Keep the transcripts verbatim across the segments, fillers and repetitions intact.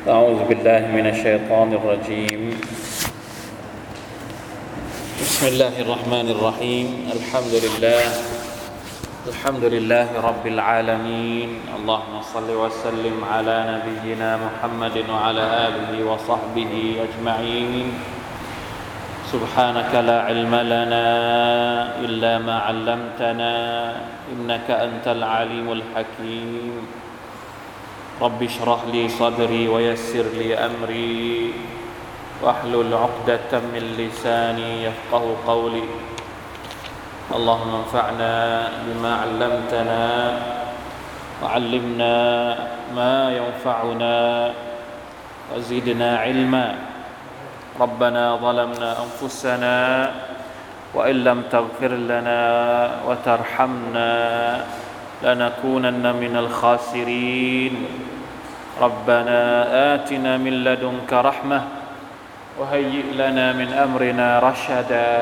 أعوذ بالله من الشيطان الرجيم بسم الله الرحمن الرحيم الحمد لله الحمد لله رب العالمين اللهم صل وسلم على نبينا محمد وعلى آله وصحبه أجمعين سبحانك لا علم لنا إلا ما علمتنا إنك أنت العليم الحكيم رب اشرح لي صدري ويسر لي أمري واحلل عقدة من لساني يفقه قولي اللهم انفعنا بما علمتنا وعلمنا ما ينفعنا وزدنا علما ربنا ظلمنا أنفسنا وإن لم تغفر لنا وترحمنا لنكونن من الخاسرين ربنا آتنا من لدنك رحمة وهيئ لنا من أمرنا رشدا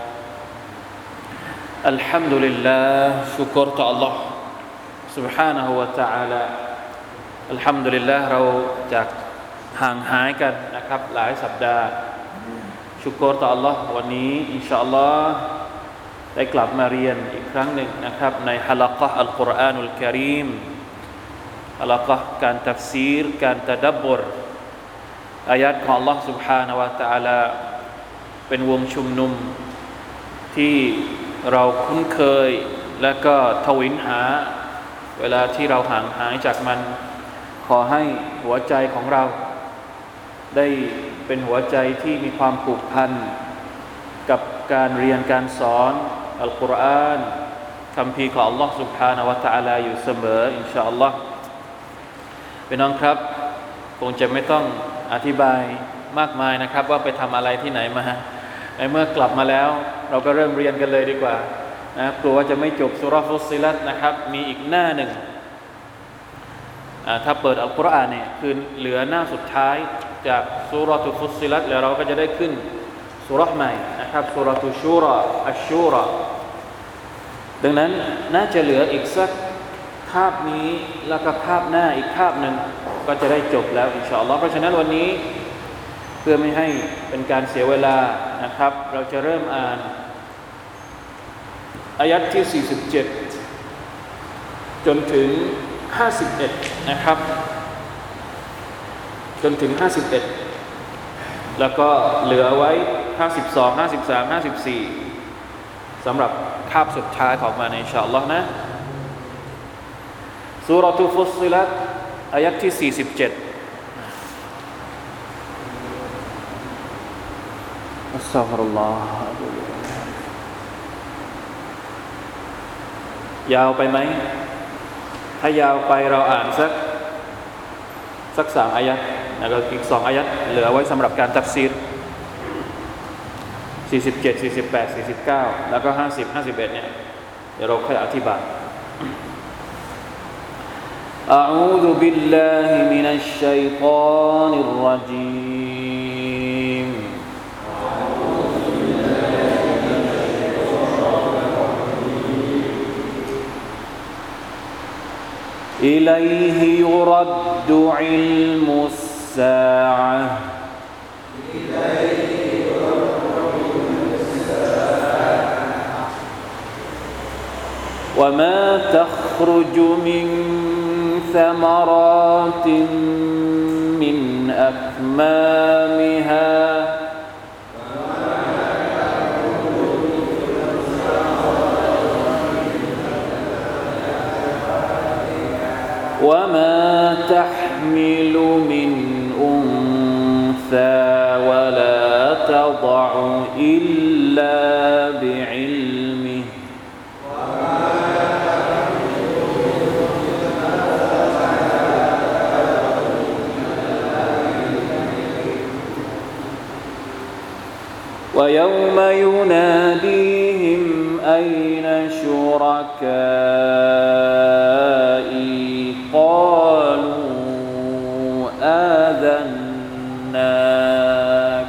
الحمد لله ชุกรต่อ Allah سبحانه และ تعالى الحمد لله เราจากห่างหายกันนะครับหลายสัปดาห์ชุกรต่อ Allah วันนี้อินชาอัลลอฮ์ได้กลับมาเรียนอีกครั้งหนึ่งนะครับในฮะละกะห์อัลกุรอานุลกะรีมฮะละกะห์การตัฟซีรการตะดับบรอายัดของ Allah سبحانه และ تعالى เป็นวงชุมนุมที่เราคุ้นเคยและก็ทวินหาเวลาที่เราห่างหายจากมันขอให้หัวใจของเราได้เป็นหัวใจที่มีความผูกพันกับการเรียนการสอนอัลกุรอานคำพีร์ของ Allah سبحانه และ تعالى อยู่เสมออินชาอัลลอฮ์พี่น้องครับคงจะไม่ต้องอธิบายมากมายนะครับว่าไปทำอะไรที่ไหนมาในเมื่อกลับมาแล้วเราก็เริ่มเรียนกันเลยดีกว่านะกลัวว่าจะไม่จบซูเราะห์ฟุสซิลัตนะครับมีอีกหน้าหนึ่งถ้าเปิดอัลกุรอานเนี่ยคือเหลือหน้าสุดท้ายจากซูเราะตุฟุสซิลัตแล้วเราก็จะได้ขึ้นซูเราะห์ใหม่นะครับซูเราะตุชูราอัชชูราดังนั้นน่าจะเหลืออีกสักคาบนี้แล้วก็คาบหน้าอีกคาบหนึ่งก็จะได้จบแล้วอินชาอัลลอฮ์เพราะฉะนั้นวันนี้เพื่อไม่ให้เป็นการเสียเวลานะครับเราจะเริ่มอ่านอายัดที่สี่สิบเจ็ดจนถึงห้าสิบเอ็ดนะครับจนถึงห้าสิบเอ็ดแล้วก็เหลือไว้ห้าสิบสอง ห้าสิบสาม ห้าสิบสี่สำหรับคาบสุดท้ายของมันอินชาอัลลอฮ์นะซูเราะตุฟุสซิลัตอายัดที่สี่สิบเจ็ดอัสซะฆุรุลลอฮ์ยาวไปไหมถ้ายาวไปเราอ่านสักสักสามอายัดแล้วก็อีกสองอายัดเหลือไว้สำหรับการตัฟซีรสี่สิบเจ็ด สี่สิบแปด สี่สิบเก้าแล้วก็ห้าสิบ ห้าสิบเอ็ดเนี่ยเดี๋ยวเราค่อยอธิบายأعوذ بالله من الشيطان الرجيم إليه يرد علم الساعة وما تخرج من ثمرات من أكمامها وما تحمل من أنثى ولا تضع إلا بعلمه ويوم يناديهم أين شركائي قالوا آذناك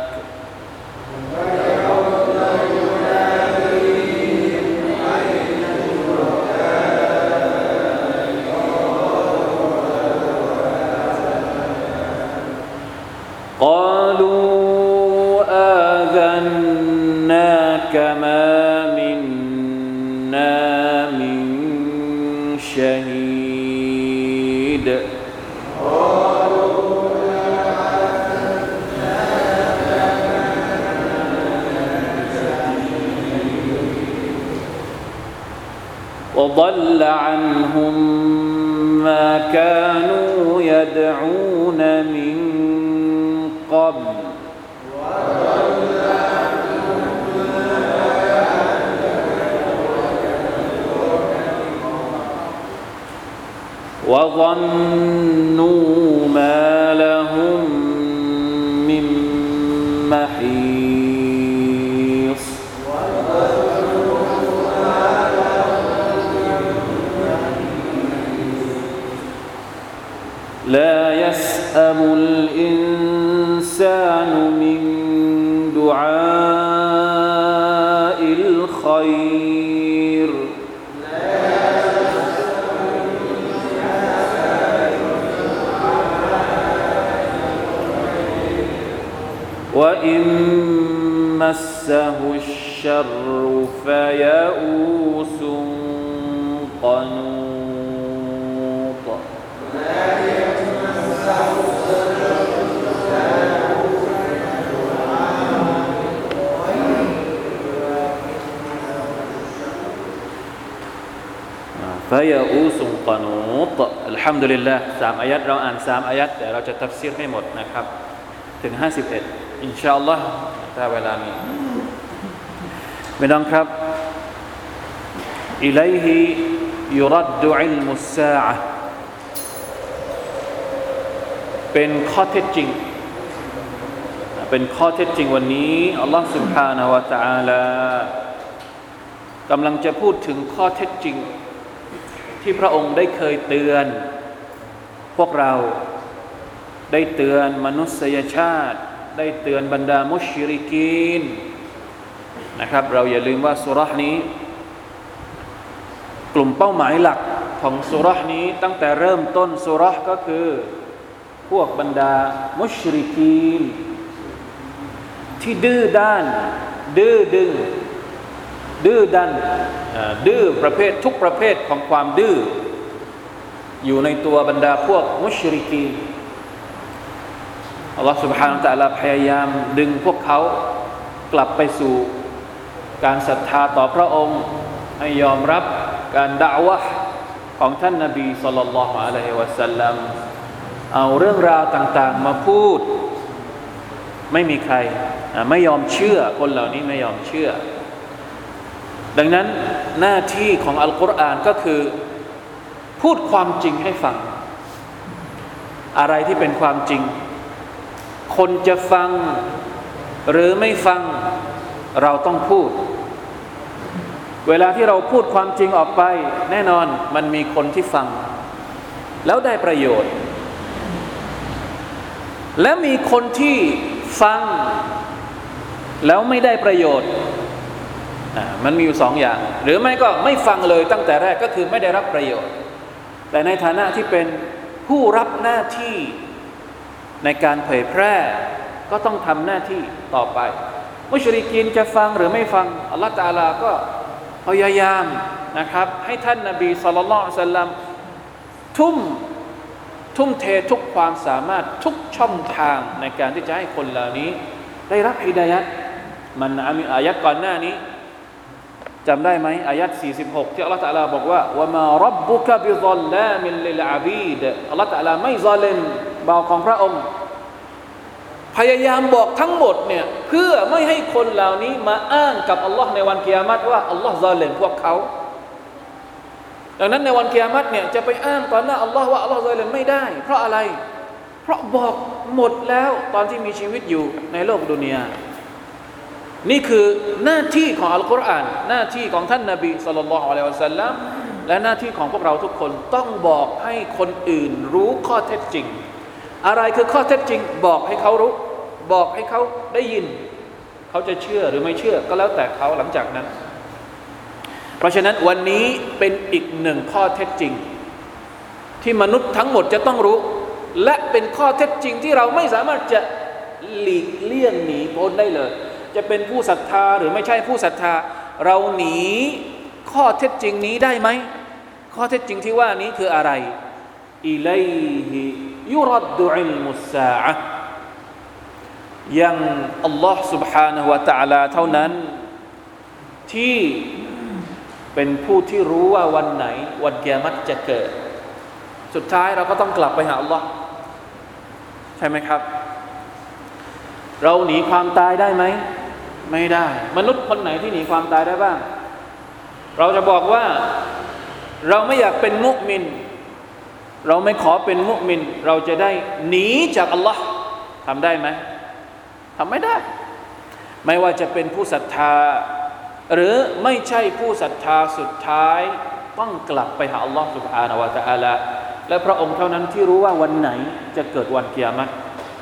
قالوا آذناك ما منا من شهيد وضل عنهم ما كانوا يدعون من قبل وظنوا ما لهم من محيص لا يسأم الإنسان من دعاء الخير وإن مسه الشر فيئوس قنوط فيئوس قنوط الحمد للهสามอายัดเราอ่านสามอายัดแต่เราจะตัฟซีรให้หมดนะครับถึงห้าสิบเอ็ดอินชาอัลลอฮ์ถ้าเวลานี้พี่น้องครับอิลัยฮิยุรัดดุอิลมุสซาอะห์เป็นข้อเท็จจริงเป็นข้อเท็จจริงวันนี้อัลลอฮ์ سبحانه และ تعالى กำลังจะพูดถึงข้อเท็จจริงที่พระองค์ได้เคยเตือนพวกเราได้เตือนมนุษยชาติได้เตือนบรรดามุชริกีนนะครับเราอย่าลืมว่าซูเราะห์นี้กลุ่มเป้าหมายหลักของซูเราะห์นี้ตั้งแต่เริ่มต้นซูเราะห์ก็คือพวกบรรดามุชริกีนที่ดื้อด้านดื้อดึงดื้อดันดื้อประเภททุกประเภทของความดื้ออยู่ในตัวบรรดาพวกมุชริกีนอัลลอฮฺ سبحانه และ تعالى พยายามดึงพวกเขากลับไปสู่การศรัทธาต่อพระองค์ให้ยอมรับการดะอ์วะห์ของท่านนบีศ็อลลัลลอฮุอะลัยฮิวะซัลลัมเอาเรื่องราวต่างๆมาพูดไม่มีใครไม่ยอมเชื่อคนเหล่านี้ไม่ยอมเชื่อดังนั้นหน้าที่ของอัลกุรอานก็คือพูดความจริงให้ฟังอะไรที่เป็นความจริงคนจะฟังหรือไม่ฟังเราต้องพูดเวลาที่เราพูดความจริงออกไปแน่นอนมันมีคนที่ฟังแล้วได้ประโยชน์และมีคนที่ฟังแล้วไม่ได้ประโยชน์มันมีอยู่สองอย่างหรือไม่ก็ไม่ฟังเลยตั้งแต่แรกก็คือไม่ได้รับประโยชน์แต่ในฐานะที่เป็นผู้รับหน้าที่ในการเผยแพร่ก็ต้องทำหน้าที่ต่อไปมุชริกีนจะฟังหรือไม่ฟังอัลลอฮฺตะอาลาก็พยายามนะครับให้ท่านนบีศ็อลลัลลอฮุอะลัยฮิวะซัลลัมทุ่มทุ่มเททุกความสามารถทุกช่องทางในการที่จะให้คนเหล่านี้ได้รับฮิดายะห์มันมีอายัดก่อนหน้านี้จำได้ไหมอายัดสี่สิบหกที่อัลลอฮฺตะอาลาบอกว่าวะมาร็อบบุกะบิฎอลลามินลิลอะบีดอัลลอฮฺตะอาลาไม่ซอลิมบ่าวของพระองค์พยายามบอกทั้งหมดเนี่ยเพื่อไม่ให้คนเหล่านี้มาอ้างกับอัลลอฮ์ในวันกิยามะฮ์ว่าอัลลอฮ์ซอลิมพวกเขาดังนั้นในวันกิยามะฮ์เนี่ยจะไปอ้างต่อหน้าอัลลอฮ์ว่าอัลลอฮ์ซอลิมไม่ได้เพราะอะไรเพราะบอกหมดแล้วตอนที่มีชีวิตอยู่ในโลกดุนยานี่คือหน้าที่ของอัลกุรอานหน้าที่ของท่านนบีศ็อลลัลลอฮุอะลัยฮิวะซัลลัมและหน้าที่ของพวกเราทุกคนต้องบอกให้คนอื่นรู้ข้อเท็จจริงอะไรคือข้อเท็จจริงบอกให้เขารู้บอกให้เขาได้ยินเขาจะเชื่อหรือไม่เชื่อก็แล้วแต่เขาหลังจากนั้นเพราะฉะนั้นวันนี้เป็นอีกหนึ่งข้อเท็จจริงที่มนุษย์ทั้งหมดจะต้องรู้และเป็นข้อเท็จจริงที่เราไม่สามารถจะหลีกเลี่ยงหนีพ้นได้เลยจะเป็นผู้ศรัทธาหรือไม่ใช่ผู้ศรัทธาเราหนีข้อเท็จจริงนี้ได้ไหมข้อเท็จจริงที่ว่านี้คืออะไรอิลัยฮิยุรัดดุอิลมุสซาอะห์ยังอัลลอฮ์ سبحانه และ تعالى เท่านั้นที่เป็นผู้ที่รู้ว่าวันไหนวันกิยามะฮ์จะเกิดสุดท้ายเราก็ต้องกลับไปหาอัลลอฮ์ใช่ไหมครับเราหนีความตายได้ไหมไม่ได้มนุษย์คนไหนที่หนีความตายได้บ้างเราจะบอกว่าเราไม่อยากเป็นมุมินเราไม่ขอเป็นมุมินเราจะได้หนีจากอัลลอฮ์ทำได้ไหมทำไม่ได้ไม่ว่าจะเป็นผู้ศรัทธาหรือไม่ใช่ผู้ศรัทธาสุดท้ายต้องกลับไปหาอัลลอฮ์ سبحانه และ تعالى และพระองค์เท่านั้นที่รู้ว่าวันไหนจะเกิดวันกิยามะฮ์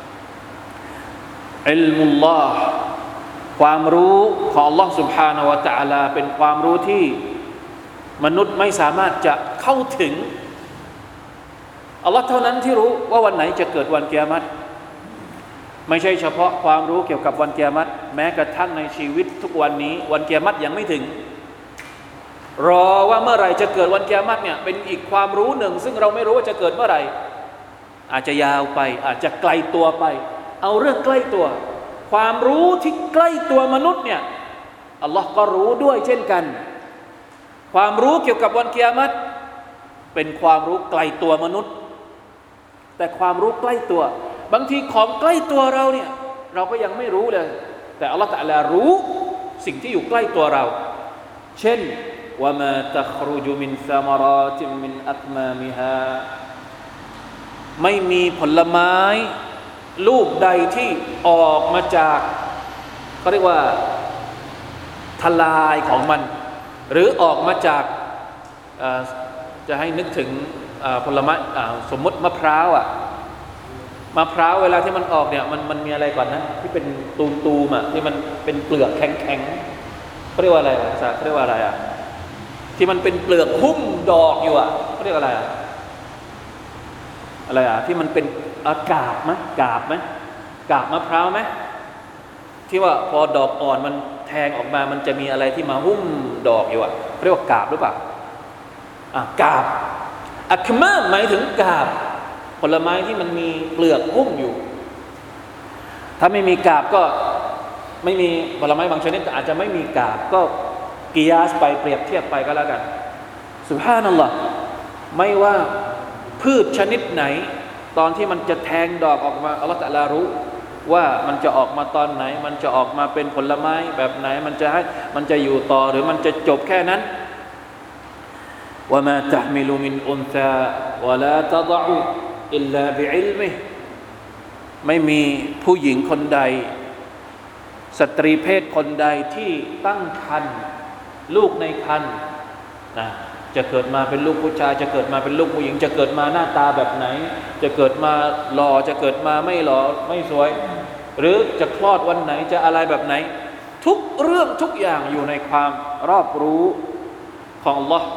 อิลมุลลอฮ์ความรู้ของอัลลอฮ์ سبحانه และ تعالى เป็นความรู้ที่มนุษย์ไม่สามารถจะเข้าถึงอัลลอฮ์เท่านั้นที่รู้ว่าวันไหนจะเกิดวันกิยามะฮ์ไม่ใช่เฉพาะความรู้เกี่ยวกับวันกิยามะฮ์แม้กระทั่งในชีวิตทุกวันนี้วันกิยามะฮ์ยังไม่ถึงรอว่าเมื่อไหร่จะเกิดวันกิยามะฮ์เนี่ยเป็นอีกความรู้หนึ่งซึ่งเราไม่รู้ว่าจะเกิดเมื่อไหร่อาจจะยาวไปอาจจะไกลตัวไปเอาเรื่องใกล้ตัวความรู้ที่ใกล้ตัวมนุษย์เนี่ยอัลลอฮ์ก็รู้ด้วยเช่นกันความรู้เกี่ยวกับวันกิยามะฮ์เป็นความรู้ไกลตัวมนุษย์แต่ความรู้ใกล้ตัวบางทีของใกล้ตัวเราเนี่ยเราก็ยังไม่รู้เลยแต่อัลลอฮฺตะอาลารู้สิ่งที่อยู่ใกล้ตัวเราเช่นวะมาตัครุจุมินซะมะราติมินอักมามิฮาไม่มีผลไม้ลูกใดที่ออกมาจากเขาเรียกว่าทลายของมันหรือออกมาจากจะให้นึกถึงผลไม้สมมติมะพร้าวอ่ะมะพร้าวเวลาที่มันออกเนี่ยมันมันมีอะไรก่อนนะที่เป็นตูมตูมอ่ะที่มันเป็นเปลือกแข็งแข็งเขาเรียกว่าอะไรภาษาเขาเรียกว่าอะไรอ่ะที่มันเป็นเปลือกหุ้มดอกอยู่อ่ะเขาเรียกอะไรอ่ะอะไรอ่ะที่มันเป็นอากาบไหมกาบไหมกาบมะพร้าวไหมที่ว่าพอดอกอ่อนมันแทงออกมามันจะมีอะไรที่มาหุ้มดอกอยู่อ่ะเรียกว่ากาบหรือเปล่าอ่ะกาบอัคมาหมายถึงกาบผลไม้ที่มันมีเปลือกหุ้มอยู่ถ้าไม่มีกาบก็ไม่มีผลไม้บางชนิดอาจจะไม่มีกาบก็กิยาสไปเปรียบเทียบไปก็แล้วกันซุบฮานัลลอฮ์ไม่ว่าพืชชนิดไหนตอนที่มันจะแทงดอกออกมาอัลเลาะห์ตะอาลารู้ว่ามันจะออกมาตอนไหนมันจะออกมาเป็นผลไม้แบบไหนมันจะให้มันจะอยู่ต่อหรือมันจะจบแค่นั้นวะมาตะห์มิลุมินอุนซาวะลาตะฎออิลลาบิอิลมิฮิไม่มีผู้หญิงคนใดสตรีเพศคนใดที่ตั้งครรภ์ลูกในครรภ์นะจะเกิดมาเป็นลูกผู้ชายจะเกิดมาเป็นลูกผู้หญิงจะเกิดมาหน้าตาแบบไหนจะเกิดมาหล่อจะเกิดมาไม่หล่อไม่สวยหรือจะคลอดวันไหนจะอะไรแบบไหนทุกเรื่องทุกอย่างอยู่ในความรอบรู้ของ Allah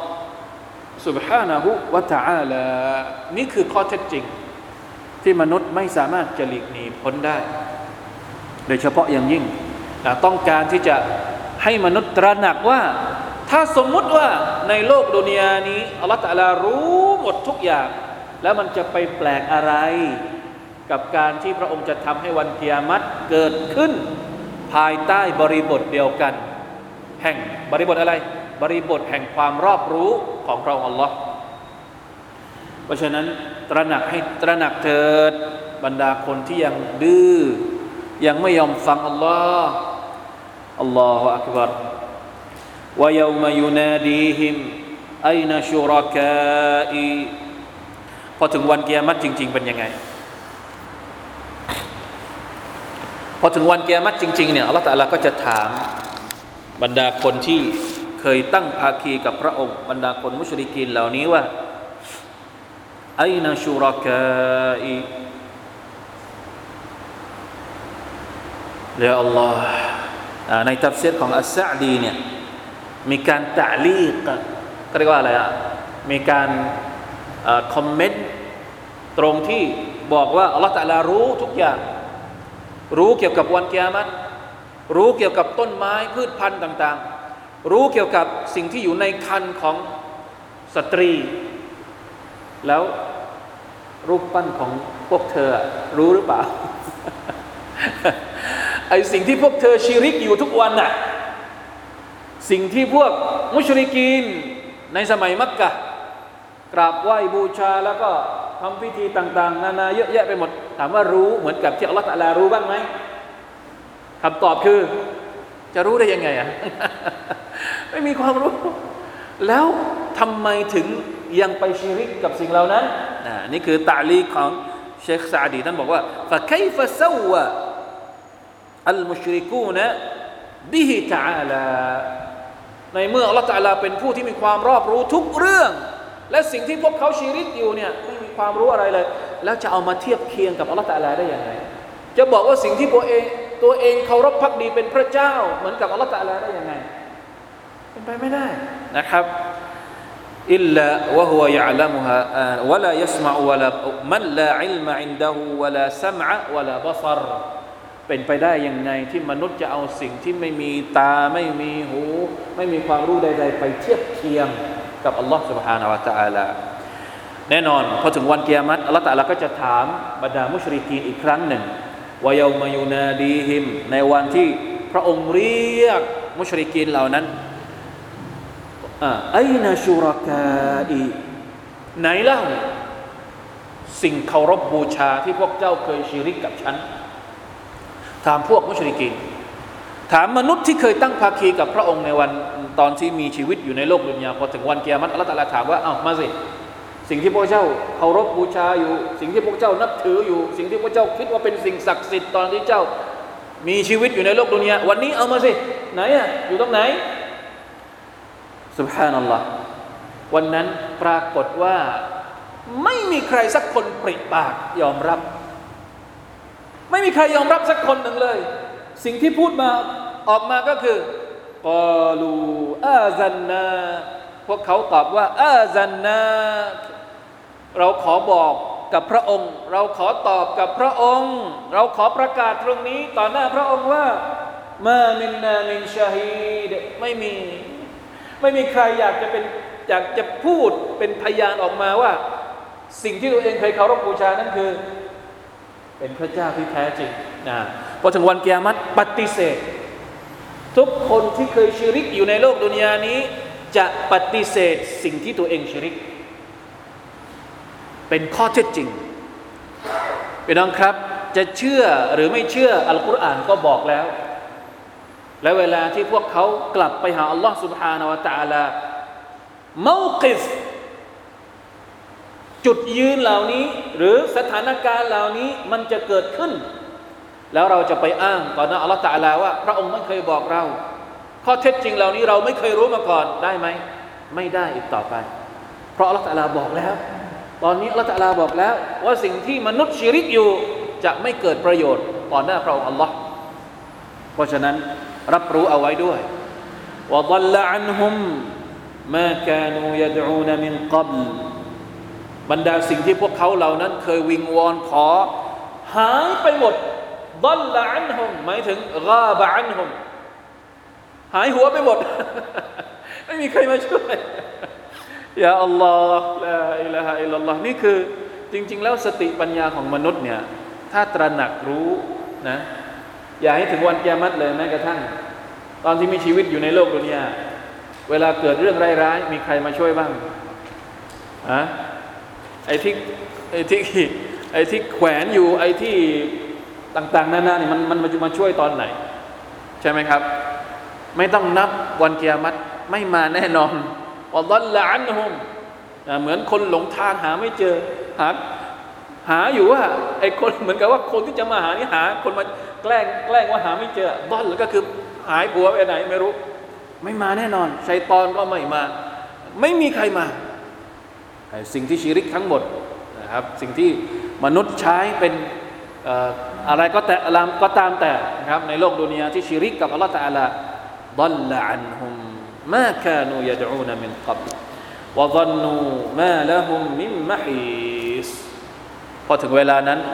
سبحانه และ تعالى นี่คือข้อเท็จจริงที่มนุษย์ไม่สามารถจะหลีกหนีพ้นได้โดยเฉพาะอย่างยิ่งต้องการที่จะให้มนุษย์ตระหนักว่าถ้าสมมุติว่าในโลกดุนยานี้อัลเลาะห์ตะอาลารู้หมดทุกอย่างแล้วมันจะไปแปลกอะไรกับการที่พระองค์จะทำให้วันกิยามะฮ์เกิดขึ้นภายใต้บริบทเดียวกันแห่งบริบทอะไรบริบทแห่งความรอบรู้ของพระองค์อัลลอฮ์เพราะฉะนั้นตระหนักให้ตระหนักเถิดบรรดาคนที่ยังดื้อยังไม่ยอมฟังอัลลอฮ์อัลลอฮฺอักบัรวะยอมยุนาดีฮิมอัยนะชุรกาอีพอถึงวันกิยามะฮ์จริงๆเป็นยังไงพอถึงวันกิยามะฮ์จริงๆเนี่ยอัลเลาะห์ตะอาลาก็จะถามบรรดาคนที่เคยตั้งภาคีกับพระองค์บรรดาคนมุชริกีนเหล่านี้ว่าอัยนะชุรกาอียาอัลลอฮ์ในตัฟซีรของอัสซะอ์ดีเนี่ยมีการตะลีกก็เรียกว่าอะไรอ่ะมีการคอมเมนต์ตรงที่บอกว่าอัลเลาะห์ตะอาลารู้ทุกอย่างรู้เกี่ยวกับวันกิยามะฮ์รู้เกี่ยวกับต้นไม้พืชพันธุ์ต่างๆรู้เกี่ยวกับสิ่งที่อยู่ในครรภ์ของสตรีแล้วรูปปั้นของพวกเธอรู้หรือเปล่า ไอสิ่งที่พวกเธอชิริกอยู่ทุกวันน่ะสิ่งที่พวกมุชริกีนในสมัยมักกะห์กราบไหว้บูชาแล้วก็ทำพิธีต่างๆนานาเยอะแยะไปหมดถามว่ารู้เหมือนกับที่อัลลอฮฺตะอาลารู้บ้างไหมคำตอบคือจะรู้ได้ยังไงอ่ะ ไม่มีความรู้แล้วทำไมถึงยังไปชิริกกับสิ่งเหล่านั้นนี่คือตะลีกของเชคซะอดีท่านบอกว่า فكيف سوى المشركون به تعالى ในเมื่ออัลเลาะห์ตะอาลาเป็นผู้ที่มีความรอบรู้ทุกเรื่องและสิ่งที่พวกเขาชิริกอยู่เนี่ยไม่มีความรู้อะไรเลยแล้วจะเอามาเทียบเคียงกับอัลเลาะห์ตะอาลาได้ยังไงจะบอกว่าสิ่งที่ตัวเองตัวเองเคารพภักดีเป็นพระเจ้าเหมือนกับอัลเลาะห์ตะอาลาได้ยังไงเป็นไปไม่ได้นะครับอิลลาวะฮุวะยะอ์ละมุฮาวะลายัสมะอุวะลามันลาอิลมะอินดะฮูวะลาซัมอะวะลาบะศรเป็นไปได้ยังไงที่มนุษย์จะเอาสิ่งที่ไม่มีตาไม่มีหูไม่มีความรู้ใดๆไปเทียบเคียงกับอัลลอฮ์ سبحانه และ تعالى แน่นอนพอถึงวันกิยามะฮ์อัลลอฮ์ตะอาลาก็จะถามบรรดามุชริกีนอีกครั้งหนึ่งวะยอมยุนาดีฮิมในวันที่พระองค์เรียกมุชริกีนเหล่านั้นอัยนะชูรากาอีไหนเล่าสิ่งเคารพบูชาที่พวกเจ้าเคยชิริกกับฉันถามพวกมุชริกีนถามมนุษย์ที่เคยตั้งภาคีกับพระองค์ในวันตอนที่มีชีวิตอยู่ในโลกดุนยาพอถึงวันกิยามะฮ์อัลเลาะห์ตะอาลาถามว่าเอ้ามาสิสิ่งที่พวกเจ้าเคารพบูชาอยู่สิ่งที่พวกเจ้านับถืออยู่สิ่งที่พวกเจ้าคิดว่าเป็นสิ่งศักดิ์สิทธิ์ตอนที่เจ้ามีชีวิตอยู่ในโลกดุนยาวันนี้เอามาสิไหนอ่ะอยู่ตรงไหนซุบฮานัลลอฮ์วันนั้นปรากฏว่าไม่มีใครสักคนปริปากยอมรับไม่มีใครยอมรับสักคนหนึ่งเลยสิ่งที่พูดมาออกมาก็คือกอลูอาซันนาพวกเขาตอบว่าอาซันนาเราขอบอกกับพระองค์เราขอตอบกับพระองค์เราขอประกาศตรงนี้ต่อหน้าพระองค์ว่ามามินนามินชาฮีดไม่มีไม่มีใครอยากจะเป็นอยากจะพูดเป็นพยานออกมาว่าสิ่งที่ตัวเองเคยเคารพบูชานั้นคือเป็นพระเจ้าที่แท้จริงนะพอถึงวันกิยามะฮ์ปฏิเสธทุกคนที่เคยชิริกอยู่ในโลกดุนยานี้จะปฏิเสธสิ่งที่ตัวเองชิริกเป็นข้อเท็จจริงพี่น้องครับจะเชื่อหรือไม่เชื่ออัลกุรอานก็บอกแล้วและเวลาที่พวกเขากลับไปหาอัลลอฮ์ سبحانه และ تعالى เมากิฟจุดยืนเหล่านี้หรือสถานการณ์เหล่านี้มันจะเกิดขึ้นแล้วเราจะไปอ้างต่อหน้าอัลลอฮฺตะอาลาว่าพระองค์ไม่เคยบอกเราข้อเท็จจริงเหล่านี้เราไม่เคยรู้มาก่อนได้ไหมไม่ได้อีกต่อไปเพราะอัลลอฮฺตะอาลาบอกแล้วตอนนี้อัลลอฮฺตะอาลาบอกแล้วว่าสิ่งที่มนุษย์ชิริกอยู่จะไม่เกิดประโยชน์ต่อหน้าพระองค์อัลลอฮฺเพราะฉะนั้นรับรู้เอาไว้ด้วยวะฎัลละอันฮุมมาคานูยะดอูนมินกับลบรรดาสิ่งที่พวกเขาเหล่านั้นเคยวิงวอนขอหายไปหมดดัลละอันฮุมหมายถึงกาบะอันฮุมหายหัวไปหมด ไม่มีใครมาช่วยยาอัลลอฮ์ลาอิลาฮะอิลลัลลอฮ์นี่คือจริงๆแล้วสติปัญญาของมนุษย์เนี่ยถ้าตระหนักรู้นะอย่าให้ถึงวันกิยามะฮ์เลยแม้กระทั่งตอนที่มีชีวิตอยู่ในโลกดุนยาเวลาเกิดเรื่องร้ายๆมีใครมาช่วยบ้างอะไอ้ที่ไอ้ที่ไอ้ที่แขวนอยู่ไอ้ที่ต่างๆนานาเนี่ยมันมันมามาช่วยตอนไหนใช่ไหมครับไม่ต้องนับวันกิยามะฮ์ไม่มาแน่นอนอัลลอฮฺละอันฮุมเหมือนคนหลงทางหาไม่เจอหาหาอยู่ว่าไอ้คนเหมือนกับว่าคนที่จะมาหานี่หาคนมาแกล้งแกล้งว่าหาไม่เจอดอลก็คือหายหัวไปไหนไม่รู้ไม่มาแน่นอนชัยฏอนก็ไม่มาไม่มีใครมาสิ่งที่ชิริกทั้งหมดนะครับสิ่งที่มนุษย์ใช้เป็นอะไรก็แต่อะไรก็ตามแต่นะครับในโลกดุนยาที่ชิริกกับอัลลอฮฺตะอาลาดัลละอันฮุมมาคานูยะดอูนมินกับลวะฎันนูมาละฮุมมินมะฮีสพอถึงเวลานั้น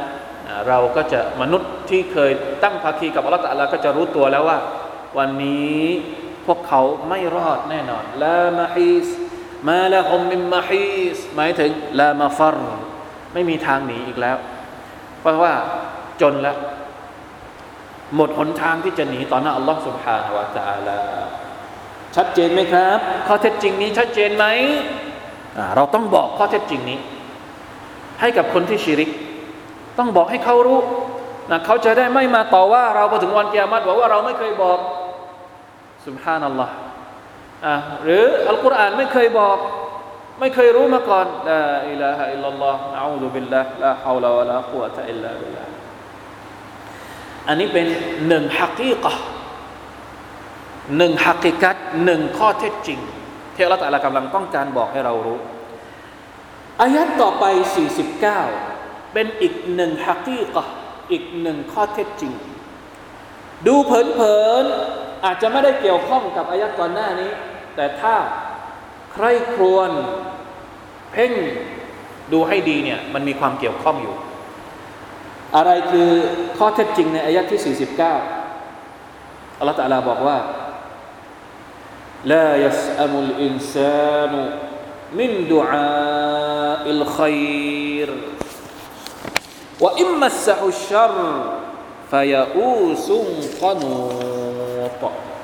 เราก็จะมนุษย์ที่เคยตั้งภาคีกับอัลเลาะห์ตะอาลาก็จะรู้ตัวแล้วว่าวันนี้พวกเขาไม่รอดแน่นอนลามะฮีสมาละฮุมมินมะฮีสหมายถึงลามาฟัรไม่มีทางหนีอีกแล้วเพราะว่าจนแล้วหมดหนทางที่จะหนีต่อหน้าอัลลอฮฺ سبحانه และ تعالى ชัดเจนไหมครับข้อเท็จจริงนี้ชัดเจนไหมเราต้องบอกข้อเท็จจริงนี้ให้กับคนที่ชิริกต้องบอกให้เขารู้นะเขาจะได้ไม่มาต่อว่าเราพอถึงวันกิยามะฮ์บอกว่าเราไม่เคยบอกซุบฮานัลลอฮ์อ่ะหรืออัลกุรอานไม่เคยบอกไม่เคยรู้มาก่อนลาอิลาฮะอิลลัลลอฮ์นะอูซุบิลลาฮ์ลาฮาวละวะลากุวะตะอิลลาบิลลาฮ์อันนี้เป็นหนึ่งฮะกีกะห์หนึ่งฮะกีกัตหนึ่งข้อเท็จจริงที่อัลเลาะห์ตะอาลากำลังต้องการบอกให้เรารู้อายะห์ต่อไปสี่สิบเก้าเป็นอีกหนึ่งฮะกีกะห์อีกหนึ่งข้อเท็จจริงดูเผินๆอาจจะไม่ได้เกี่ยวข้องกับอายะห์ก่อนหน้านี้แต่ถ้าใครครวญเพ่งดูให้ดีเนี่ยมันมีความเกี่ยวข้องอยู่อะไรคือข้อเท็จจริงในอายะห์ที่สี่สิบเก้าอัลเลาะห์ตะอาลาบอกว่าลายัสอะมุลอินซานุมินดุอาอิลค็อยรวะอิมมัสซะฮุชชัรฟะยะอูซุนกะนูต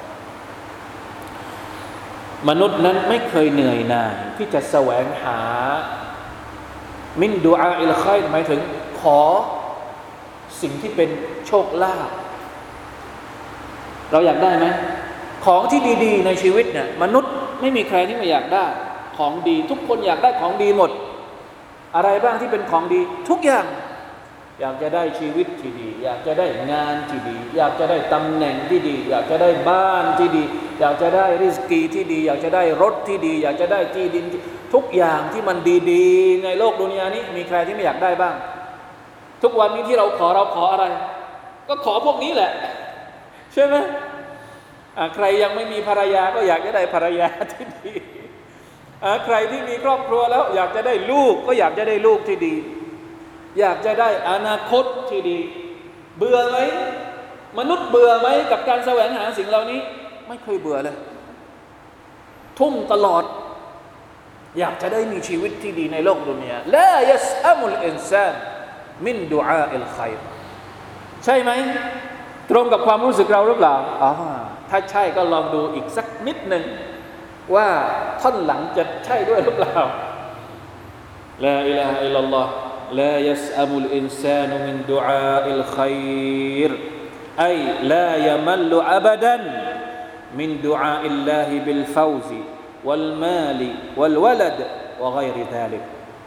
มนุษย์นั้นไม่เคยเหนื่อยหน่ายที่จะแสวงหามินดุอาอิลค็อยรหมายถึงขอสิ่งที่เป็นโชคลาภเราอยากได้ไหมของที่ดีๆในชีวิตเนี่ยมนุษย์ไม่มีใครที่ไม่อยากได้ของดีทุกคนอยากได้ของดีหมดอะไรบ้างที่เป็นของดีทุกอย่างอยากจะได้ชีวิตที่ดีอยากจะได้งานที่ดีอยากจะได้ตำแหน่งที่ดีอยากจะได้บ้านที่ดีอยากจะได้ริสกีที่ดีอยากจะได้รถที่ดีอยากจะได้ที่ดินทุกอย่างที่มันดีๆในโลกดุนยานี้มีใครที่ไม่อยากได้บ้างทุกวันนี้ที่เราขอเราขออะไรก็ขอพวกนี้แหละใช่ไหมใครยังไม่มีภรรยาก็อยากจะได้ภรรยาที่ดีใครที่มีครอบครัวแล้วอยากจะได้ลูกก็อยากจะได้ลูกที่ดีอยากจะได้อนาคตที่ดีเบื่อไหมมนุษย์เบื่อไหมกับการแสวงหาสิ่งเหล่านี้ไม่เคยเบื่อเลยทุ่มตลอดอยากจะได้มีชีวิตที่ดีในโลกดุนยาลายัสอะมุลอินซานมินดุอาอิลค็อยรใช่ไหมตรงกับความรู้สึกเราหรือเปล่าอ๋อถ้าใช่ก็ลองดูอีกสักนิดหนึ่งว่าท่อนหลังจะใช่ด้วยหรือเปล่าลาอิลาฮะอิลลัลลอฮ์ลายัสอะมุลอินซานุมินดุอาอิลค็อยรไอลายะมัลลุอะบัดันมินดุอาอิลลาฮิบิลฟาวซิวัลมาลิวัลวะลัดวะฆอยริซาลิก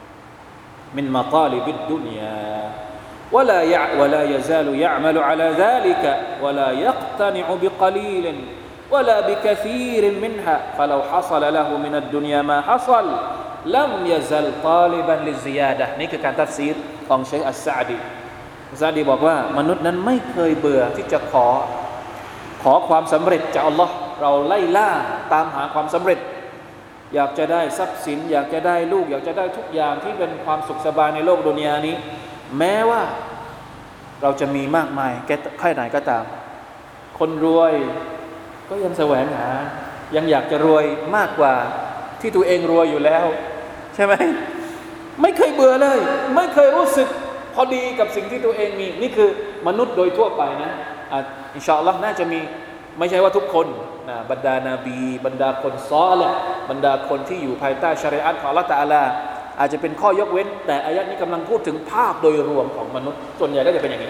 من مطالب الدنيا ولا يع ولا يزال يعمل على ذلك ولا يقتنع بقليل ولا بكثير منها فلو حصل له من الدنيا ما حصل لم يزل طالبا للزيادة นี่คือการตัฟซีรของเชคอัสซะอ์ดีอัสซะอ์ดีบอกว่ามนุษย์นั้นไม่เคยเบื่อที่จะขอขอความสำเร็จจากอัลลอฮ์เราไล่ล่าตามหาความสำเร็จอยากจะได้ทรัพย์สินอยากจะได้ลูกอยากจะได้ทุกอย่างที่เป็นความสุขสบายในโลกดุนยานี้แม้ว่าเราจะมีมากมายแค่ไหนก็ตามคนรวยก็ยังแสวงหายังอยากจะรวยมากกว่าที่ตัวเองรวยอยู่แล้วใช่ไหมไม่เคยเบื่อเลยไม่เคยรู้สึกพอดีกับสิ่งที่ตัวเองมีนี่คือมนุษย์โดยทั่วไปนะอ่ะอินชาอัลลอฮ์น่าจะมีไม่ใช่ว่าทุกคนนะบรรดานาบีบรรดาคนซอลิห์บรรดาคนที่อยู่ภายใต้ชะรีอะห์ของอัลเลาะห์ตะอาลาอาจจะเป็นข้อยกเว้นแต่อายะห์นี้กำลังพูดถึงภาพโดยรวมของมนุษย์ส่วนใหญ่ก็จะเป็นอย่างนี้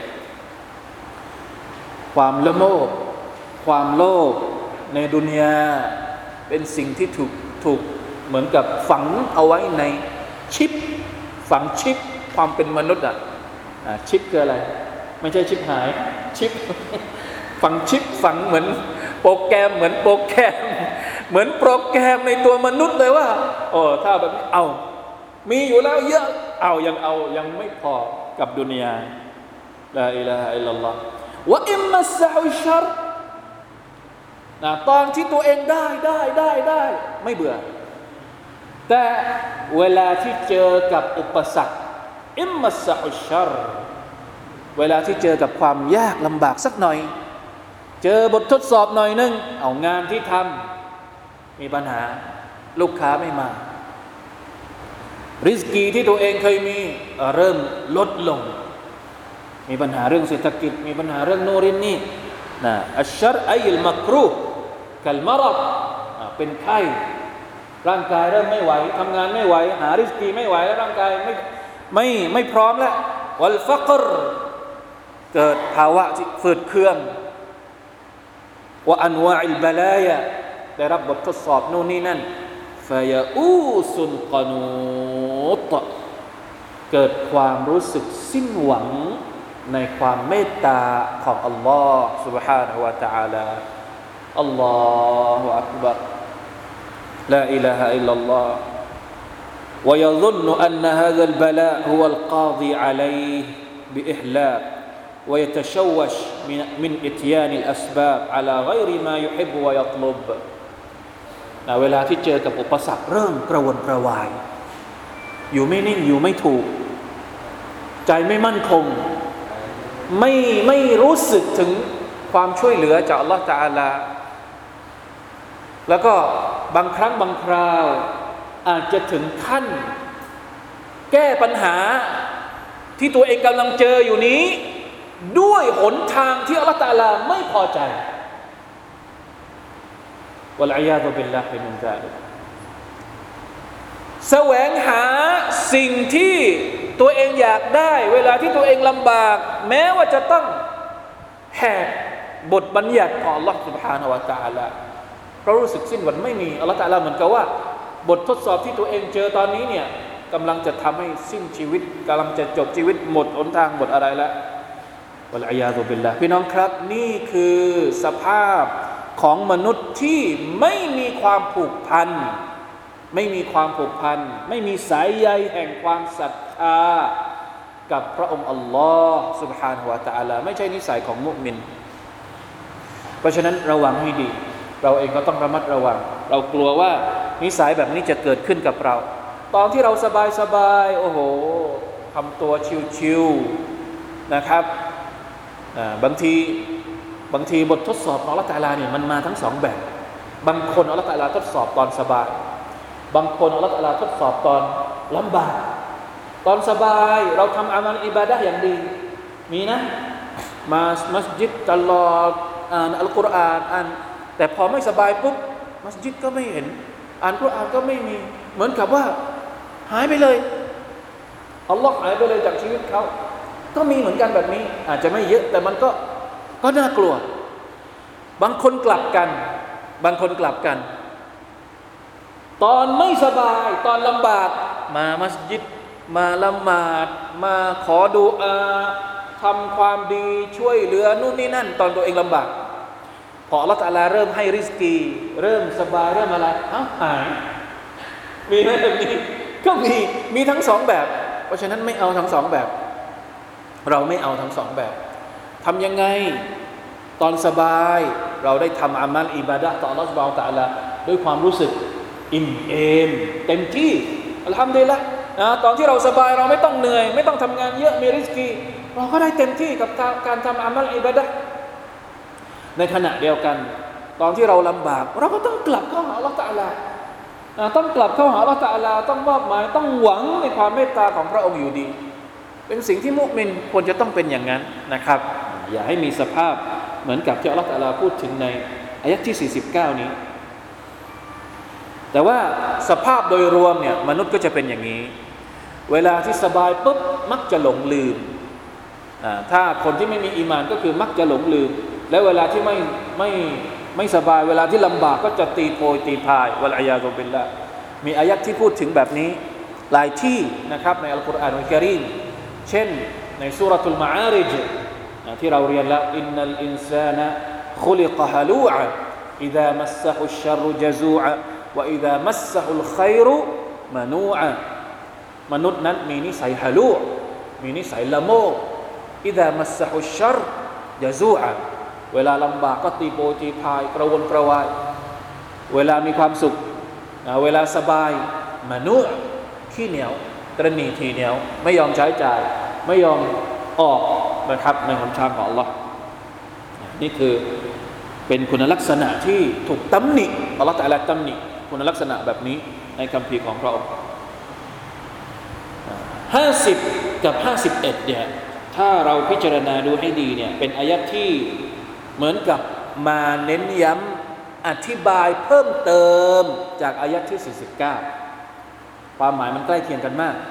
ความละโมบความโลภในดุนยาเป็นสิ่งที่ถูกถูกเหมือนกับฝังเอาไว้ในชิปฝังชิปความเป็นมนุษย์อ่ะชิปคืออะไรไม่ใช่ชิปหายชิปฝังชิปฝังเหมือนโปรแกรมเหมือนโปรแกรมเหมือนโปรแกรมในตัวมนุษย์เลยว่าโอ้ถ้าแบบนี้เอามีอยู่แล้วเยอะเอายังเอายังไม่พอกับดุนยาลาอิลาฮะอิลลัลลอฮ์วะอิมมัสซะฮุชชัรนะตอนที่ตัวเองได้ได้ได้ได้ไม่เบื่อแต่เวลาที่เจอกับอุปสรรคอิมมัสซะฮุชชัรเวลาที่เจอกับความยากลำบากสักหน่อยเจอบททดสอบหน่อยนึงเอางานที่ทำมีปัญหาลูกค้าไม่มาริสกีที่ตัวเองเคยมีเริ่มลดลงมีปัญหาเรื่องเศรษฐกิจมีปัญหาเรื่องโน่นนี่นะอัชชัรอัยลมักรูกัลมารดเป็นไข้ร่างกายเริ่มไม่ไหวทำงานไม่ไหวหาริสกีไม่ไหวแล้วร่างกายไม่ไม่ไม่พร้อมแล้ววัลฟักรเกิดภาวะที่ฝืดเคืองว่าอันวาอิลบะลายะได้รับบททดสอบโน่นนี่นั่นฟะยะอูซุนกะนูตเกิดความรู้สึกสิ้นหวังในความเมตตาของอัลลอฮ์ سبحانه และ تعالى อัลลอฮุอักบัรลาอิลาฮะอิลลัลลอฮ์ ويظن أن هذا البلاء هو القاضي عليه بإهلاك ويتشوش من من إتيان الأسباب على غير ما يحب ويطلب นะเวลาที่เจอกับอุปสรรคเริ่มกระวนกระวายอยู่ไม่นิ่งอยู่ไม่ถูกใจไม่มั่นคงไม่ไม่รู้สึกถึงความช่วยเหลือจากอัลลอฮฺตะอาลาแล้วก็บางครั้งบางคราวอาจจะถึงขั้นแก้ปัญหาที่ตัวเองกำลังเจออยู่นี้ด้วยหนทางที่อัลลอฮฺตะอาลาไม่พอใจวัลอียาซุบิลลาฮิมินซาลิกแสวงหาสิ่งที่ตัวเองอยากได้เวลาที่ตัวเองลำบากแม้ว่าจะต้องแหกบทบัญญัติของอัลลอฮฺ سبحانه และ تعالى เพราะรู้สึกสิ้นหวังไม่มีอัลลอฮฺ تعالى เหมือนกับว่าบททดสอบที่ตัวเองเจอตอนนี้เนี่ยกำลังจะทำให้สิ้นชีวิตกำลังจะจบชีวิตหมดหนทางหมดอะไรแล้ววัลอียาซุบิลลาฮ์พี่น้องครับนี่คือสภาพของมนุษย์ที่ไม่มีความผูกพันไม่มีความผูกพันไม่มีสายใยแห่งความศรัทธากับพระองค์อัลลอฮ์ سبحانه และ تعالى ไม่ใช่นิสัยของมุมินเพราะฉะนั้นระวังให้ดีเราเองก็ต้องระมัดระวังเรากลัวว่านิสัยแบบนี้จะเกิดขึ้นกับเราตอนที่เราสบายสบายโอ้โหทำตัวชิวๆนะครับบางทีบางทีบททดสอบของอัลเลาะห์ตะอาลาเนี่ยมันมาทั้งสองแบบบางคนอัลเลาะห์ตะอาลาทดสอบตอนสบายบางคนอัลเลาะห์ตะอาลาทดสอบตอนลำบากตอนสบายเราทำอามัลอิบาดะห์อย่างดีมีนะมามัสยิดตลอดอ่านอัลกุรอานอ่านแต่พอไม่สบายปุ๊บมัสยิดก็ไม่เห็นอ่านกุรอานก็ไม่มีเหมือนกับว่าหายไปเลยอัลลอฮ์หายไปเลยจากชีวิตเขาก็มีเหมือนกันแบบนี้อาจจะไม่เยอะแต่มันก็ก็น่ากลัวบางคนกลับกันบางคนกลับกันตอนไม่สบายตอนลำบากมามัสยิดมาละหมาดมาขอดุอาทำความดีช่วยเหลือนู่นนี่นั่นตอนตัวเองลำบากพออัลเลาะห์ตะอาลาเริ่มให้ริสกีเริ่มสบายเริ่มอะไรอ้าวหายมีไหมแบบนี้ก็มีมีทั้งสองแบบเพราะฉะนั้นไม่เอาทั้งสองแบบเราไม่เอาทั้งสองแบบทำยังไงตอนสบายเราได้ทำอามัลอิบาดะห์ต่ออัลเลาะห์ซุบฮานะฮูวะตะอาลาด้วยความรู้สึกอิ่มเอมเต็มที่อัลฮัมดุลิลละห์นะตอนที่เราสบายเราไม่ต้องเหนื่อยไม่ต้องทำงานเยอะมีริสกีเราก็ได้เต็มที่กับการทำอามัลอิบาดะห์ในขณะเดียวกันตอนที่เราลำบากเราก็ต้องกลับเข้าหาอัลเลาะห์ตะอาลาต้องกลับเข้าหาอัลเลาะห์ตะอาลาต้องมอบหมายต้องหวังในความเมตตาของพระองค์อยู่ดีเป็นสิ่งที่มุมินควรจะต้องเป็นอย่างนั้นนะครับอย่าให้มีสภาพเหมือนกับที่อัลเลาะห์ตะอาลาพูดถึงในอายะห์ที่สี่สิบเก้านี้แต่ว่าสภาพโดยรวมเนี่ยมนุษย์ก็จะเป็นอย่างนี้เวลาที่สบายปุ๊บมักจะหลงลืมถ้าคนที่ไม่มีอีหม่านก็คือมักจะหลงลืมและเวลาที่ไม่ไม่ไม่สบายเวลาที่ลำบากก็จะตีโพยตีพายวะลัยยาซุบิลละมีอายะห์ที่พูดถึงแบบนี้หลายที่นะครับในอัลกุรอานอัลกะรีมเช่นในซูเราะตุลมะอาริจที่เราเรียนแล้วอินนัลอินซานะคุลิกะฮะลูอะอิซามัสซะฮุชชัรรุญะซูอะวะอิซามัสซะฮุลค็อยรุมะนูอะมนุษย์นั้นมีนิสัยฮะลูมีนิสัยละโมบอิซามัสซะฮุชชัรญะซูอะเวลาลำบากก็ตีโพยตีพายกระวนกระวายเวลามีความสุขเวลาสบายมนุษย์ขี้เหนียวตระหนี่ทีเหนียวไม่ยอมใช้จ่ายไม่ยอมออกนะครับในหนทางของอัลลอฮ์นี่คือเป็นคุณลักษณะที่ถูกตำหนิอัลลอฮ์ตะอาลาตำหนิคุณลักษณะแบบนี้ในคัมภีร์ของพระองค์ห้าสิบกับห้าสิบเอ็ดเนี่ยถ้าเราพิจารณาดูให้ดีเนี่ยเป็นอายะห์ที่เหมือนกับมาเน้นย้ำอธิบายเพิ่มเติมจากอายะห์ที่สี่สิบเก้าความหมายมันใกล้เคียงกันมาก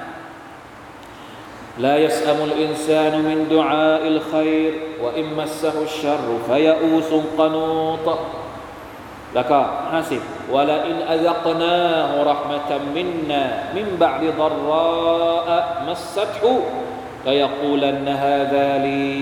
لا يسأم الإنسان من دعاء الخير وإن مسه الشر فيئوس قنوط แล้วก็ห้าสิบ ولئن أذقناه رحمة منا من بعد ضراء مسته ليقولن هذا لي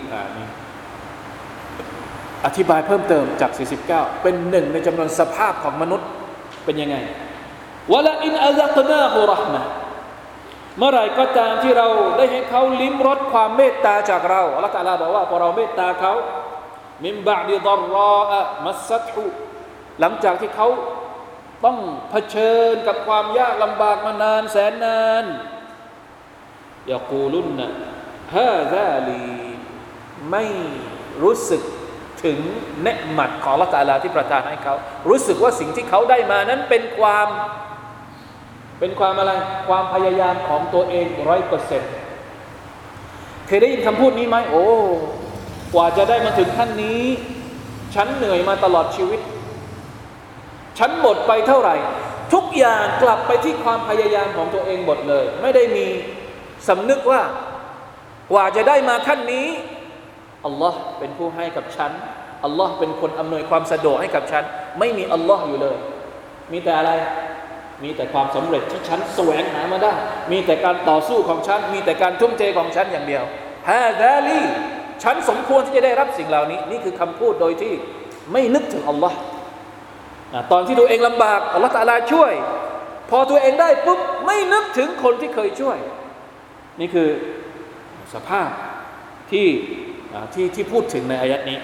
อธิบายเพิ่มเติมจากสี่สิบเก้าเป็นหนึ่งในจำนวนสภาพของมนุษย์เป็นยังไง ولئن أذقناه رحمةเมื่อไหร่ก็ตามที่เราได้ให้เขาลิ้มรสความเมตตาจากเราอัลเลาะห์ตะอาลาบอกว่าพอเราเมตตาเขามินบะอ์ดิฎอรราอะมัสซัตฮุหลังจากที่เขาต้องเผชิญกับความยากลำบากมานานแสนนานยะกูลุนนะฮาซาลีไม่รู้สึกถึงเนืหมัดของอัลเลาะห์ตะอาลาที่ประทานให้เขารู้สึกว่าสิ่งที่เขาได้มานั้นเป็นความเป็นความอะไรความพยายามของตัวเอง ร้อยเปอร์เซ็นต์ เคยได้ยินคำพูดนี้ไหมโอ้กว่าจะได้มาถึงขั้นนี้ฉันเหนื่อยมาตลอดชีวิตฉันหมดไปเท่าไหร่ทุกอย่างกลับไปที่ความพยายามของตัวเองหมดเลยไม่ได้มีสำนึกว่ากว่าจะได้มาขั้นนี้อัลลอฮ์เป็นผู้ให้กับฉันอัลลอฮ์เป็นคนอำนวยความสะดวกให้กับฉันไม่มีอัลลอฮ์อยู่เลยมีแต่อะไรมีแต่ความสำเร็จที่ฉันแสวงหามาได้มีแต่การต่อสู้ของฉันมีแต่การทุ่มเทของฉันอย่างเดียวฮาซาลีฉันสมควรที่จะได้รับสิ่งเหล่านี้นี่คือคำพูดโดยที่ไม่นึกถึงอัลลอฮ์ตอนที่ตัวเองลำบากอัลลอฮ์ตะอาลาช่วยพอตัวเองได้ปุ๊บไม่นึกถึงคนที่เคยช่วยนี่คือสภาพที่ที่ที่พูดถึงในอายัดนี้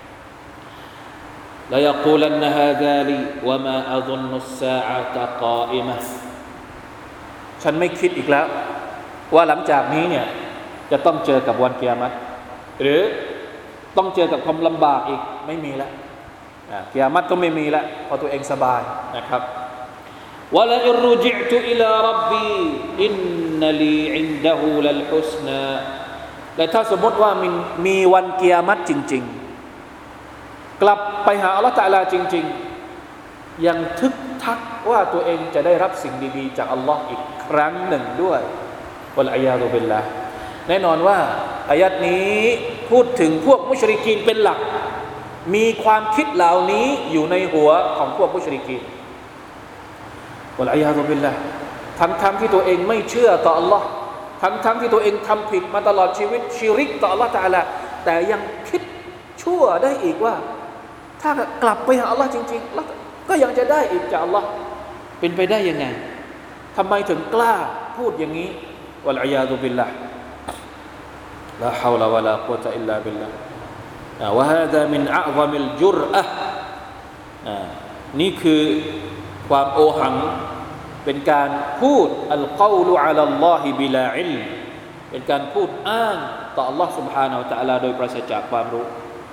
ليقولن هذا لي وما أظن الساعة قائمة ฉันไม่คิดอีกแล้วว่าหลังจากนี้เนี่ยจะต้องเจอกับวันกิยามะฮ์หรือต้องเจอกับความลำบากอีกไม่มีแล้วกิยามะฮ์ก็ไม่มีแล้วพอตัวเองสบายนะครับ ولئن رجعت إلى ربي إن لي عنده للحسنى แต่ถ้าสมมติว่ามีมีวันกิยามะฮ์จริงๆกลับไปหาอัลเลาะห์ตะอาลาจริงๆยังทึกทักว่าตัวเองจะได้รับสิ่งดีๆจากอัลลอฮ์อีกครั้งหนึ่งด้วยวัลอียาซุบิลลาห์แน่นอนว่าอายัดนี้พูดถึงพวกมุชริกีนเป็นหลักมีความคิดเหล่านี้อยู่ในหัวของพวกมุชริกีนวัลอียาซุบิลลาห์ทั้งๆที่ตัวเองไม่เชื่อต่ออัลลอฮ์ทั้งๆที่ตัวเองทำผิดมาตลอดชีวิตชิริกต่ออัลลอฮ์ตะอาลาแต่ยังคิดชั่วได้อีกว่าถ้ากลับไปหาอัลลอฮ์จริงๆแล้วก็ยังจะได้อีกจากอัลลอฮ์เป็นไปได้ยังไงทำไมถึงกล้าพูดอย่างนี้วัลอียาซุบิลลาห์ลาฮาวลาวะลากุวะตะอิลลาบิลลาห์วะฮาซามินอะอฎอมิลจุรอะห์นี่คือความโอหังเป็นการพูดอัลกอลุอะลัลลอฮิบิลาอิลมเป็นการพูดอ้างต่ออัลลอฮ์ سبحانه และ تعالى โดยปราศจากความรู้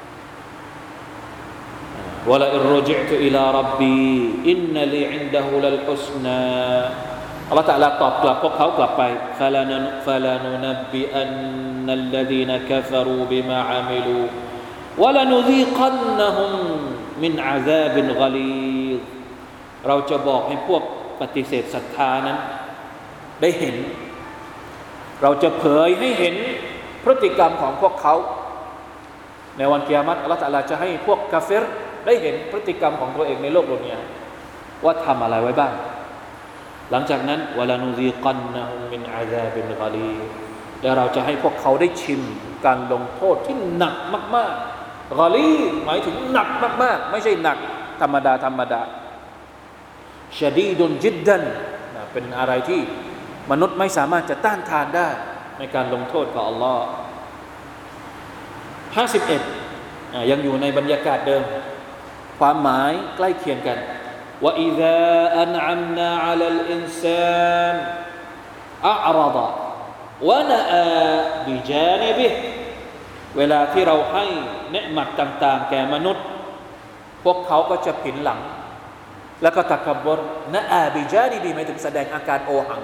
ولئن رجعت إلى ربي إن لي عنده للحسنى อัลเลาะห์ตะอาลาตอบกลับพวกเขากลับไป فلننبئن الذين كفروا بما عملوا ولنذيقنهم من عذاب غليظ เราจะบอกให้พวกปฏิเสธศรัทธานั้นได้เห็นเราจะเผยให้เห็นพฤติกรรมของพวกเขาในวันกิยามะฮ์อัลเลาะห์ตะอาลาจะให้พวกกาเฟรได้เห็นพฤติกรรมของตัวเองในโลกดุนยาว่าทำอะไรไว้บ้างหลังจากนั้นวะลานุซีกันนะฮุมมินอาซาบินกอลีและเราจะให้พวกเขาได้ชิมการลงโทษที่หนักมากๆกอลีหมายถึงหนักมากๆไม่ใช่หนักธรรมดาธรรมดาชะดีดุนจิดดันเป็นอะไรที่มนุษย์ไม่สามารถจะต้านทานได้ในการลงโทษของอัลลอฮ์ห้าสิบเอ็ดยังอยู่ในบรรยากาศเดิมความหมายใกล้เคียงกันว่าอิซาอันอัมนาอะลัลอินซานอัอรฎะวะนะอาบิจานิบิฮเวลาที่เราให้เนืหมัดต่างๆแก่มนุษย์พวกเขาก็จะผินหลังแล้วก็ตักบรนะอาบิจานิบีหมายถึงแสดงอาการโอหัง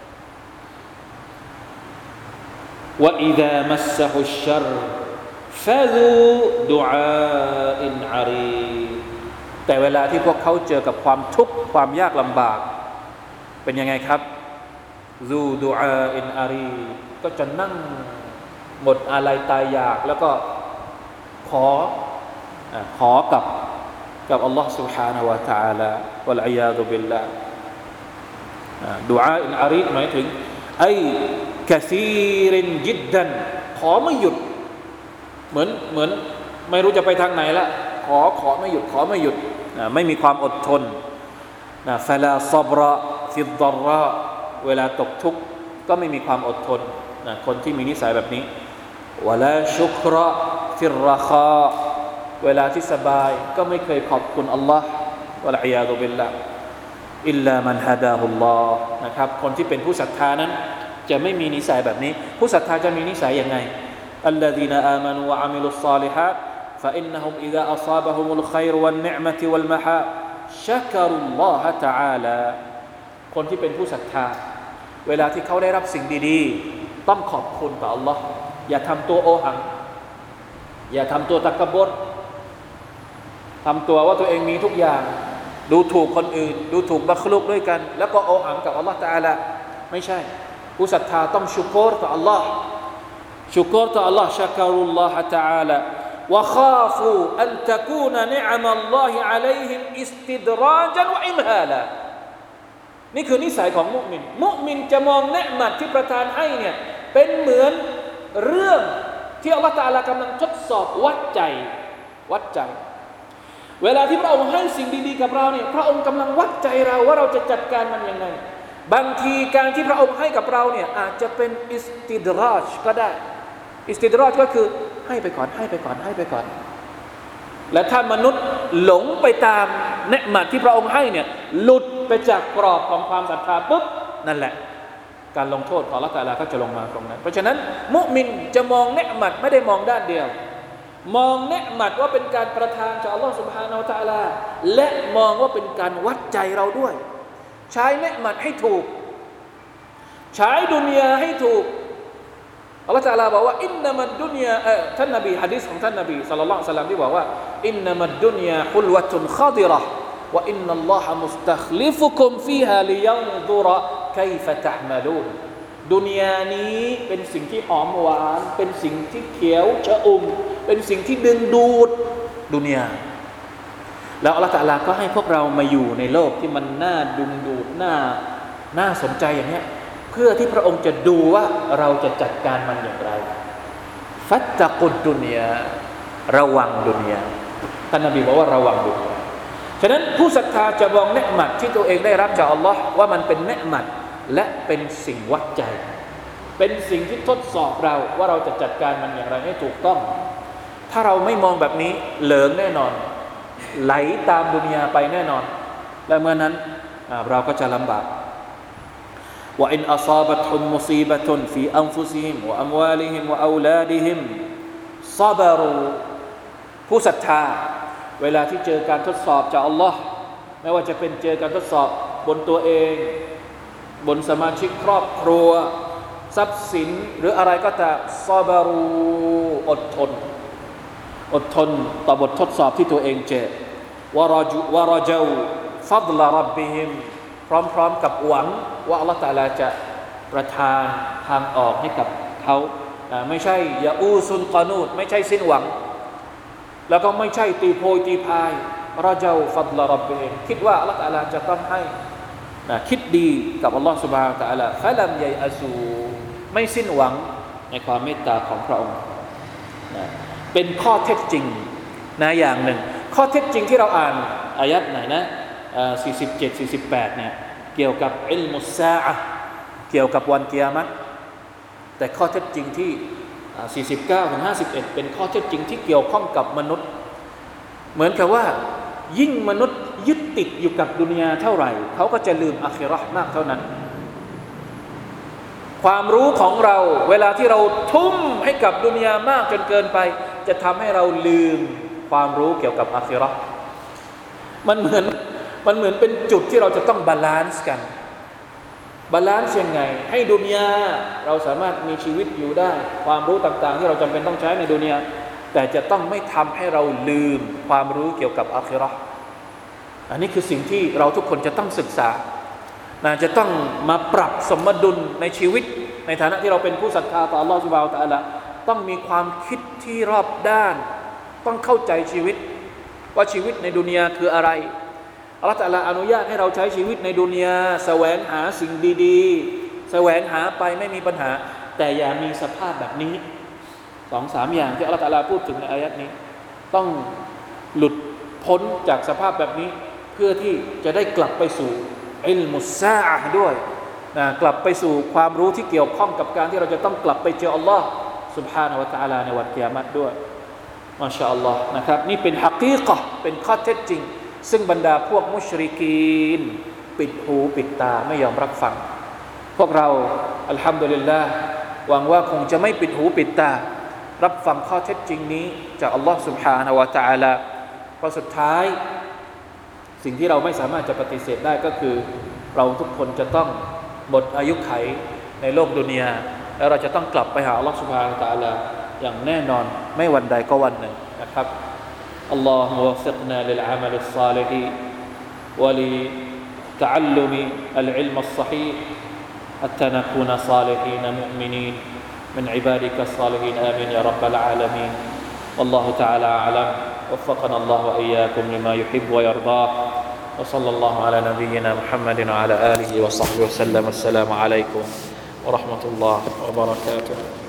วะอิซามัสซะฮุชชัรฟะซูดุอาอินอารีแต่เวลาที่พวกเขาเจอกับความทุกข์ความยากลำบากเป็นยังไงครับซูดุอาอินอารีก็จะนั่งหมดอาลัยตายอยากแล้วก็ขอขอกับกับอัลลอฮ์ سبحانه และ تعالى วะลัยยาซุบิลลาห์ดุอาอินอารีหมายถึงไอ้กะซีรินจิดดันขอไม่หยุดเหมือนเหมือนไม่รู้จะไปทางไหนละขอขอไม่หยุดขอไม่หยุดนะไม่มีความอดทนนะฟะลาศอบระฟิดฎอรเราะเวลาตกทุกข์ก็ไม่มีความอดทนนะคนที่มีนิสัยแบบนี้วะลาชุกเราะฟิรเราะคาเวลาที่สบายก็ไม่เคยขอบคุณอัลลอฮ์วะลัยยาซุบิลลาห์อิลลามันฮะดาฮุลลอฮ์นะครับคนที่เป็นผู้ศรัทธานั้นจะไม่มีนิสัยแบบนี้ผู้ศรัทธาจะมีนิสัยยังไงอัลลซีนาอามานูวะอามิลุศศอลิฮาตฟะอินนะฮุมอิซาอัศาบะฮุมุลค็อยรวันนิอ์มะติวัลมะฮาชักรุลลอฮะตะอาลาคนที่เป็นผู้ศรัทธาเวลาที่เขาได้รับสิ่งดีๆต้องขอบคุณต่ออัลลอฮ์อย่าทำตัวโอหังอย่าทำตัวตักบรทำตัวว่าตัวเองมีทุกอย่างดูถูกคนอื่นดูถูกบัคลุกด้วยกันแล้วก็โอหังกับอัลลอฮ์ตะอาลาไม่ใช่ผู้ศรัทธาต้องชุกรต่ออัลลอฮ์ชุกรต่ออัลลอฮ์ชักรุลลอฮะตะอาลาวะคาฟูอันตะกูนนิอะมัลลอฮิอะลัยฮิมอิสติดราจันวะอิมฮาลานี่คือนิสัยของมุมินมุมินจะมองเนืหมัดที่ประทานให้เนี่ยเป็นเหมือนเรื่องที่อัลลอฮ์ตะอาลากำลังทดสอบวัดใจวัดใจเวลาที่พระองค์ให้สิ่งดีๆกับเราเนี่ยพระองค์กำลังวัดใจเราว่าเราจะจัดการมันยังไงบางทีการที่พระองค์ให้กับเราเนี่ยอาจจะเป็นอิสติดราจก็ได้อิสติดราจก็คือให้ไปก่อนให้ไปก่อนให้ไปก่อนและถ้ามนุษย์หลงไปตามเนืหมัดที่พระองค์ให้เนี่ยหลุดไปจากกรอบของความศรัทธาปุ๊บนั่นแหละการลงโทษของอัลเลาะห์ตะอาลาก็จะลงมาตรงนั้นเพราะฉะนั้นมุมินจะมองเนืหมัดไม่ได้มองด้านเดียวมองเนืหมัดว่าเป็นการประทานจากอัลเลาะห์ซุบฮานะฮูวะตะอาลาและมองว่าเป็นการวัดใจเราด้วยใช้เนืหมัดให้ถูกใช้ดุนยาให้ถูกอัลเลาะห์ตะอาลาบอกว่าอินนัมัดดุนยาเอ่อท่านนบีหะดีษของท่านนบีศ็อลลัลลอฮุอะลัยฮิวะซัลลัมที่บอกว่าอินนัมัดดุนยาฮุลวะตุนคอดิเราะห์วะอินนัลลอฮะมุสตัคลิฟุกุมฟีฮาลิยันซุรไคฟะตะอ์มะลูนดุนยานี้เป็นสิ่งที่หอมหวานเป็นสิ่งที่เขียวชอุ่มเป็นสิ่งที่ดึงดูดดุนยาแล้วอัลเลาะห์ตะอาลาก็ให้พวกเรามาอยู่ในโลกที่มันน่าดึงดูดน่าน่าสนใจอย่างนี้เพื่อที่พระองค์จะดูว่าเราจะจัดการมันอย่างไรฟัตตะกุดดุนยาระวังดุนยาท่านนบีบอกว่าระวังดุนยาฉะนั้นผู้ศรัทธาจะมองเนืหมัดที่ตัวเองได้รับจากอัลลอฮ์ว่ามันเป็นเนืหมัดและเป็นสิ่งวัดใจเป็นสิ่งที่ทดสอบเราว่าเราจะจัดการมันอย่างไรให้ถูกต้องถ้าเราไม่มองแบบนี้เหลิงแน่นอนไหลตามดุนยาไปแน่นอนและเมื่อนั้นเราก็จะลำบากว่าอินอัศาบะตุมมุซีบะตุนฟีอันฟุซิฮิมวะอัมวาลิฮิมวะเอาลาดิฮิมซะบะรูผู้ศรัทธาเวลาที่เจอการทดสอบจากอัลลอฮ์ไม่ว่าจะเป็นเจอการทดสอบบนตัวเองบนสมาชิกครอบครัวทรัพย์สินหรืออะไรก็ตามซะบะรูอดทนอดทนต่อบททดสอบที่ตัวเองเจอวะรจุวะรจูฟัฎลร็อบบิฮิมพร้อมๆกับหวังว่าอัลเลาะห์ตะอาลาจะประทานทางออกให้กับเขาไม่ใช่ยาอูซุนกอนูตไม่ใช่สิ้นหวังแล้วก็ไม่ใช่ตีโพยตีพายรอเจ้าฟัฎลร็อบบิฮิมคิดว่าอัลเลาะห์ตะอาลาจะต้องให้นะคิดดีกับอัลลอฮฺซุบฮานะฮูวะตะอาลาฟะลัมยัยอะซูไม่สิ้นหวังในความเมตตาของพระองค์นะเป็นข้อเท็จจริงนะอย่างหนึ่งข้อเท็จจริงที่เราอ่านอายัดไหนนะสี่สิบเจ็ด สี่สิบแปดเนี่ยเกี่ยวกับอิลมุสซาอะห์เกี่ยวกับวันกิยามะฮ์แต่ข้อเท็จจริงที่สี่สิบเก้าถึงห้าสิบเอ็ดเป็นข้อเท็จจริงที่เกี่ยวข้องกับมนุษย์เหมือนกับว่ายิ่งมนุษย์ยึดติดอยู่กับดุนยาเท่าไหร่เขาก็จะลืมอาคิเราะห์มากเท่านั้นความรู้ของเราเวลาที่เราทุ่มให้กับดุนยามากจนเกินไปจะทำให้เราลืมความรู้เกี่ยวกับอาคิเราะห์มันเหมือนมันเหมือนเป็นจุดที่เราจะต้องบาลานซ์กันบาลานซ์ยังไงให้ดุนยาเราสามารถมีชีวิตอยู่ได้ความรู้ต่างๆที่เราจำเป็นต้องใช้ในดุนยาแต่จะต้องไม่ทำให้เราลืมความรู้เกี่ยวกับอาคิเราะห์อันนี้คือสิ่งที่เราทุกคนจะต้องศึกษาน่าจะต้องมาปรับสมดุลในชีวิตในฐานะที่เราเป็นผู้ศรัทธาต่ออัลลอฮฺซุบฮานะฮูวะตะอาลาต้องมีความคิดที่รอบด้านต้องเข้าใจชีวิตว่าชีวิตในดุนยาคืออะไรอัลลอฮฺตะอาลาอนุญาตให้เราใช้ชีวิตในดุนยาแสวงหาสิ่งดีๆแสวงหาไปไม่มีปัญหาแต่อย่ามีสภาพแบบนี้สองสามอย่างที่อัลลอฮฺตะอาลาพูดถึงในอายัดนี้ต้องหลุดพ้นจากสภาพแบบนี้เพื่อที่จะได้กลับไปสู่อิลมุสซาอะห์ด้วยนะกลับไปสู่ความรู้ที่เกี่ยวข้องกับการที่เราจะต้องกลับไปเจออัลลอฮ์ سبحانه และ تعالى ในวันกิยามะฮ์ด้วยมาชาอัลลอฮ์นะครับนี่เป็นฮักีกะห์เป็นข้อเท็จจริงซึ่งบรรดาพวกมุชริกีนปิดหูปิดตาไม่ยอมรับฟังพวกเราอัลฮัมดุลิลลาห์หวังว่าคงจะไม่ปิดหูปิดตารับฟังข้อเท็จจริงนี้จากอัลลอฮ์ سبحانه และ تعالى เพราะสุดท้ายสิ่งที่เราไม่สามารถจะปฏิเสธได้ก็คือเราทุกคนจะต้องหมดอายุไขในโลกดุนยาแล้วเราจะต้องกลับไปหาอัลลอฮฺ سبحانه และ تعالى อย่างแน่นอนไม่วันใดก็วันหนึ่งนะครับอัลลอฮฺวะฟิกนาลิลอามัลิศศอลิฮีวะลิตะอัลลุมิอัลอิลมัศศอฮีฮ์حتى نكون صالحين مؤمنين من عبادك الصالحين آمين يا رب العالمين والله تعالى أعلم وفقنا الله وإياكم لما يحب ويرضاه وصلى الله على نبينا محمد وعلى آله وصحبه وسلم السلام عليكم ورحمة الله وبركاته